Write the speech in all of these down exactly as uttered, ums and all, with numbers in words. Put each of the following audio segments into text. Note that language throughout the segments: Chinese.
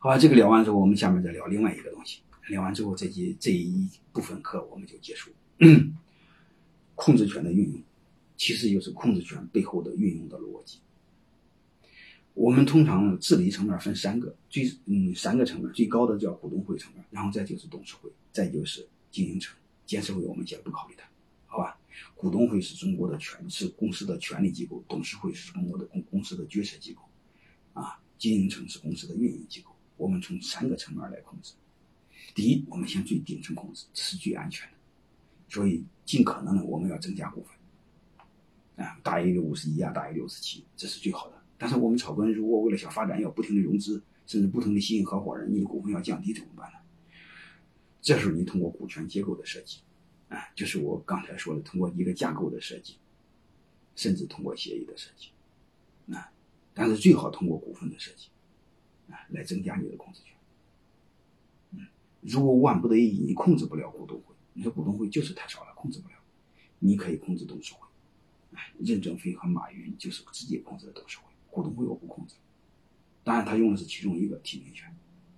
好吧，这个聊完之后，我们下面再聊另外一个东西。聊完之后，这节这一部分课我们就结束。控制权的运用，其实就是控制权背后的运用的逻辑。我们通常治理层面分三个，最嗯三个层面，最高的叫股东会层面，然后再就是董事会，再就是经营层。监事会我们先不考虑它，好吧？股东会是中国的权是公司的权力机构，董事会是中国的公公司的决策机构，啊，经营层是公司的运营机构。我们从三个层面来控制。第一，我们先最顶层控制，这是最安全的，所以尽可能的我们要增加股份，啊，大于五十一啊，大于六十七，这是最好的。但是我们草根如果为了想发展要不停的融资，甚至不停的吸引合伙人，你的股份要降低怎么办呢？这时候你通过股权结构的设计，啊，就是我刚才说的，通过一个架构的设计，甚至通过协议的设计，啊，但是最好通过股份的设计，啊，来增加你的控制权。嗯，如果万不得已你控制不了股东会，你说股东会就是太少了，控制不了，你可以控制董事会。哎，任正非和马云就是直接控制的董事会，股东会我不控制。当然他用的是其中一个提名权。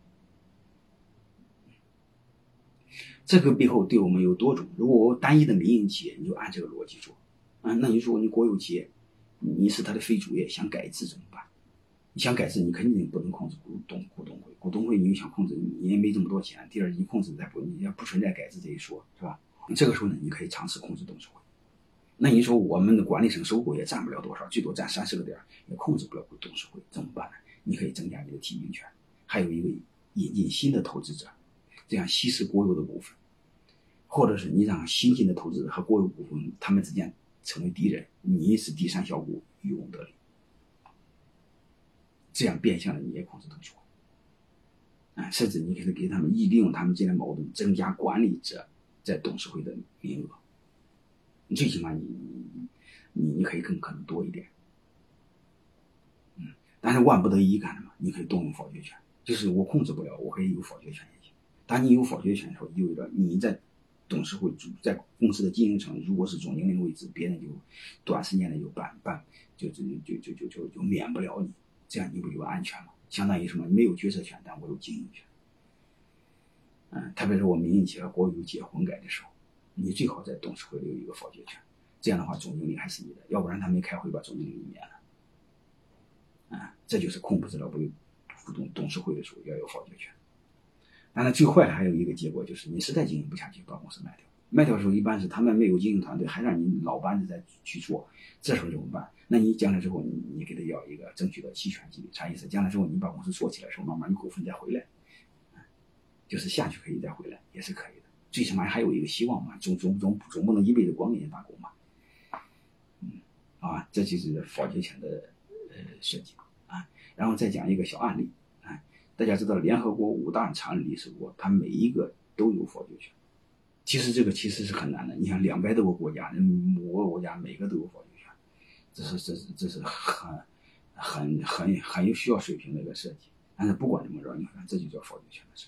这个背后对我们有多种，如果我单一的民营企业，你就按这个逻辑做，啊，那你说你国有企业，你是他的非主业，想改制怎么办？你想改制，你肯定不能控制股东股东会，股东会你想控制，你也没这么多钱。第二，你控制再不，你也不存在改制这一说，是吧？这个时候呢，你可以尝试控制董事会。那你说我们的管理层收购也占不了多少，最多占三十个点，也控制不了董事会，怎么办呢？你可以增加你的提名权，还有一个引进新的投资者，这样稀释国有的股份，或者是你让新进的投资者和国有股份他们之间成为敌人，你是第三小股，渔翁得利，这样变相的你也控制董事会，啊，甚至你可以给他们利用他们之间的矛盾，增加管理者在董事会的名额。最起码你你你可以更可能多一点，嗯，但是万不得已干什么？你可以动用否决权，就是我控制不了，我可以有否决权也行。当你有否决权的时候，意味着你在董事会在公司的经营层，如果是总经理位置，别人就短时间内就办办就就就就就就就免不了你，这样你不就安全吗？相当于什么？没有决策权，但我有经营权。嗯，特别是我民营企业和国有企业混改的时候。你最好在董事会里有一个否决权，这样的话总经理还是你的，要不然他没开会把总经理免了。啊，这就是控制了不股东董事会的时候要有否决权。当然最坏的还有一个结果就是你实在经营不下去，把公司卖掉。卖掉的时候一般是他们没有经营团队，还让你老班子再去做，这时候怎么办？那你将来之后你你给他要一个争取的期权激励，啥意思？将来之后你把公司做起来的时候，慢慢你股份再回来，就是下去可以再回来，也是可以的。最起码还有一个希望嘛，总总总总不能一辈子光给人打工嘛，嗯，啊，这就是否决权的呃设计啊。然后再讲一个小案例啊，大家知道联合国五大常任理事国，它每一个都有否决权。其实这个其实是很难的，你看两百多个国家，五个国家每个都有否决权，这是这是这是很很很很有需要水平的一个设计。但是不管怎么着，你看这就叫否决权的设计。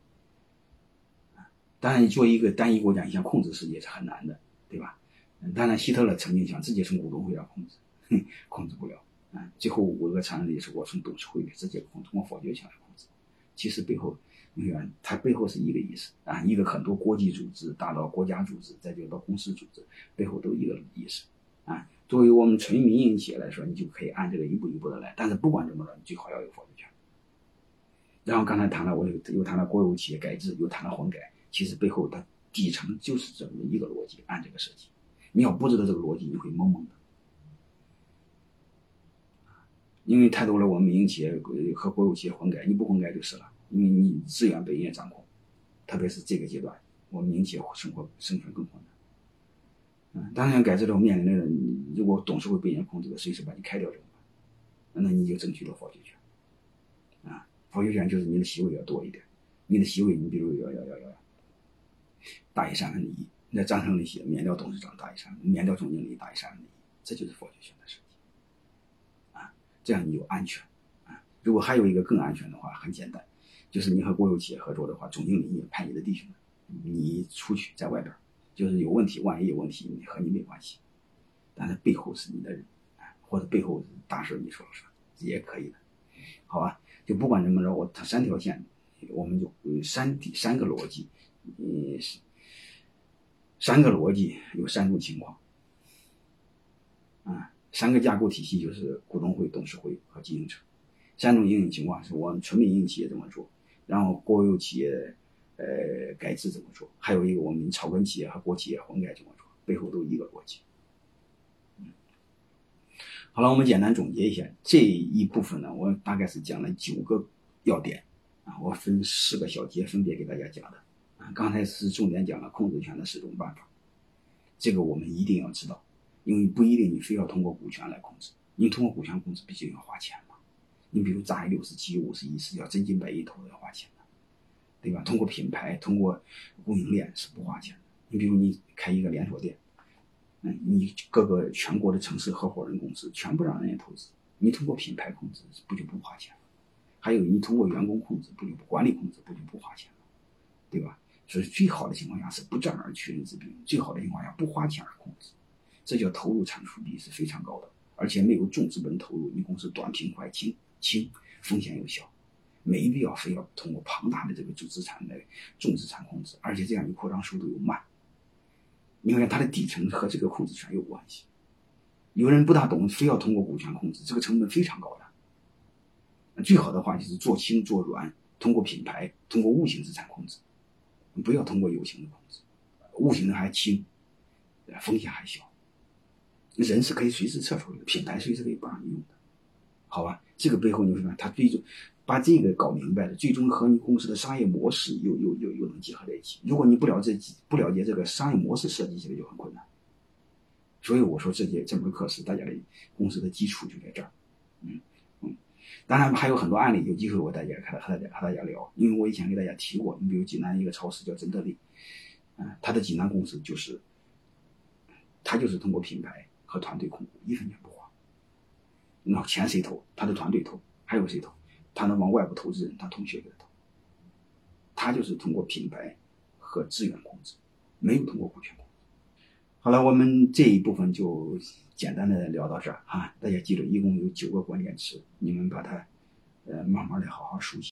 当然，你做一个单一国家，你想控制世界是很难的，对吧？当然，希特勒曾经想直接从股东会上控制，哼，控制不了啊。最后五个常任理事国从董事会直接控通过否决权来控制。其实背后，你看它背后是一个意思啊，一个很多国际组织大到国家组织，再就到公司组织，背后都一个意思啊。作为我们纯民营企业来说，你就可以按这个一步一步的来，但是不管怎么着，你最好要有否决权。然后刚才谈了，我又谈了国有企业改制，又谈了混改。其实背后它底层就是这么一个逻辑，按这个设计。你要不知道这个逻辑，你会懵懵的。因为太多了，我们民营企业和国有企业混改，你不混改就是了，因为你资源被人家掌控，特别是这个阶段，我们民营企业生活生存更困难。嗯，当然改制之后面临的，如果董事会被人家控制的，随时把你开掉怎么办？那你就争取了否决权。啊，否决权就是你的席位要多一点，你的席位你比如要要要要。大于三分之一，那章程里写免掉董事长大于三，免掉总经理大于三分之一，这就是否决权的设计啊，这样你有安全啊。如果还有一个更安全的话，很简单，就是你和国有企业合作的话，总经理也派你的弟兄，你出去在外边，就是有问题，万一有问题，你和你没关系，但是背后是你的人啊，或者背后大事你说了算，也可以的，好吧？ 就不管怎么着，我它三条线，我们就三三个逻辑，嗯，三个逻辑有三种情况，啊，三个架构体系就是股东会、董事会和经营层。三种应用情况是我们纯民营企业怎么做，然后国有企业呃改制怎么做，还有一个我们草根企业和国企业混改怎么做，背后都一个逻辑。嗯，好了，我们简单总结一下这一部分呢，我大概是讲了九个要点啊，我分四个小节分别给大家讲的啊。刚才是重点讲了控制权的四种办法，这个我们一定要知道，因为不一定你非要通过股权来控制，你通过股权控制毕竟要花钱嘛。你比如砸六十七、五十亿是要真金白银投的，要花钱的，对吧？通过品牌、通过供应链是不花钱的。你比如你开一个连锁店，嗯，你各个全国的城市合伙人公司全部让人家投资，你通过品牌控制不就不花钱了？还有你通过员工控制不就不管理控制不就不花钱了，对吧？所以最好的情况下是不战而屈人之兵，最好的情况下不花钱而控制，这叫投入产出比是非常高的，而且没有重资本投入，你公司短平快轻。轻，风险有效，没必要非要通过庞大的这个重资产的重资产控制，而且这样你扩张速度又慢。你看它的底层和这个控制权有关系。有人不大懂，非要通过股权控制，这个成本非常高的。最好的话就是做轻做软，通过品牌，通过无形资产控制，不要通过有形的控制。无形的还轻，风险还小，人是可以随时撤出来的，品牌随时可以不让你用的。好吧，这个背后你会看，他最终把这个搞明白了，最终和你公司的商业模式又又又又能结合在一起。如果你不了解不了解这个商业模式设计起来就很困难。所以我说这节这门课是大家的公司的基础就在这儿。嗯嗯，当然还有很多案例，有机会我大家和大家和大家聊，因为我以前给大家提过，你比如济南一个超市叫真德利，嗯、呃，他的济南公司就是他就是通过品牌和团队控股，一分钱不花。那钱谁投？他的团队投，还有谁投？他能往外部投资人，他同学给他投。他就是通过品牌和资源控制，没有通过股权控制。好了，我们这一部分就简单的聊到这儿啊，大家记住，一共有九个关键词，你们把它呃慢慢的好好熟悉。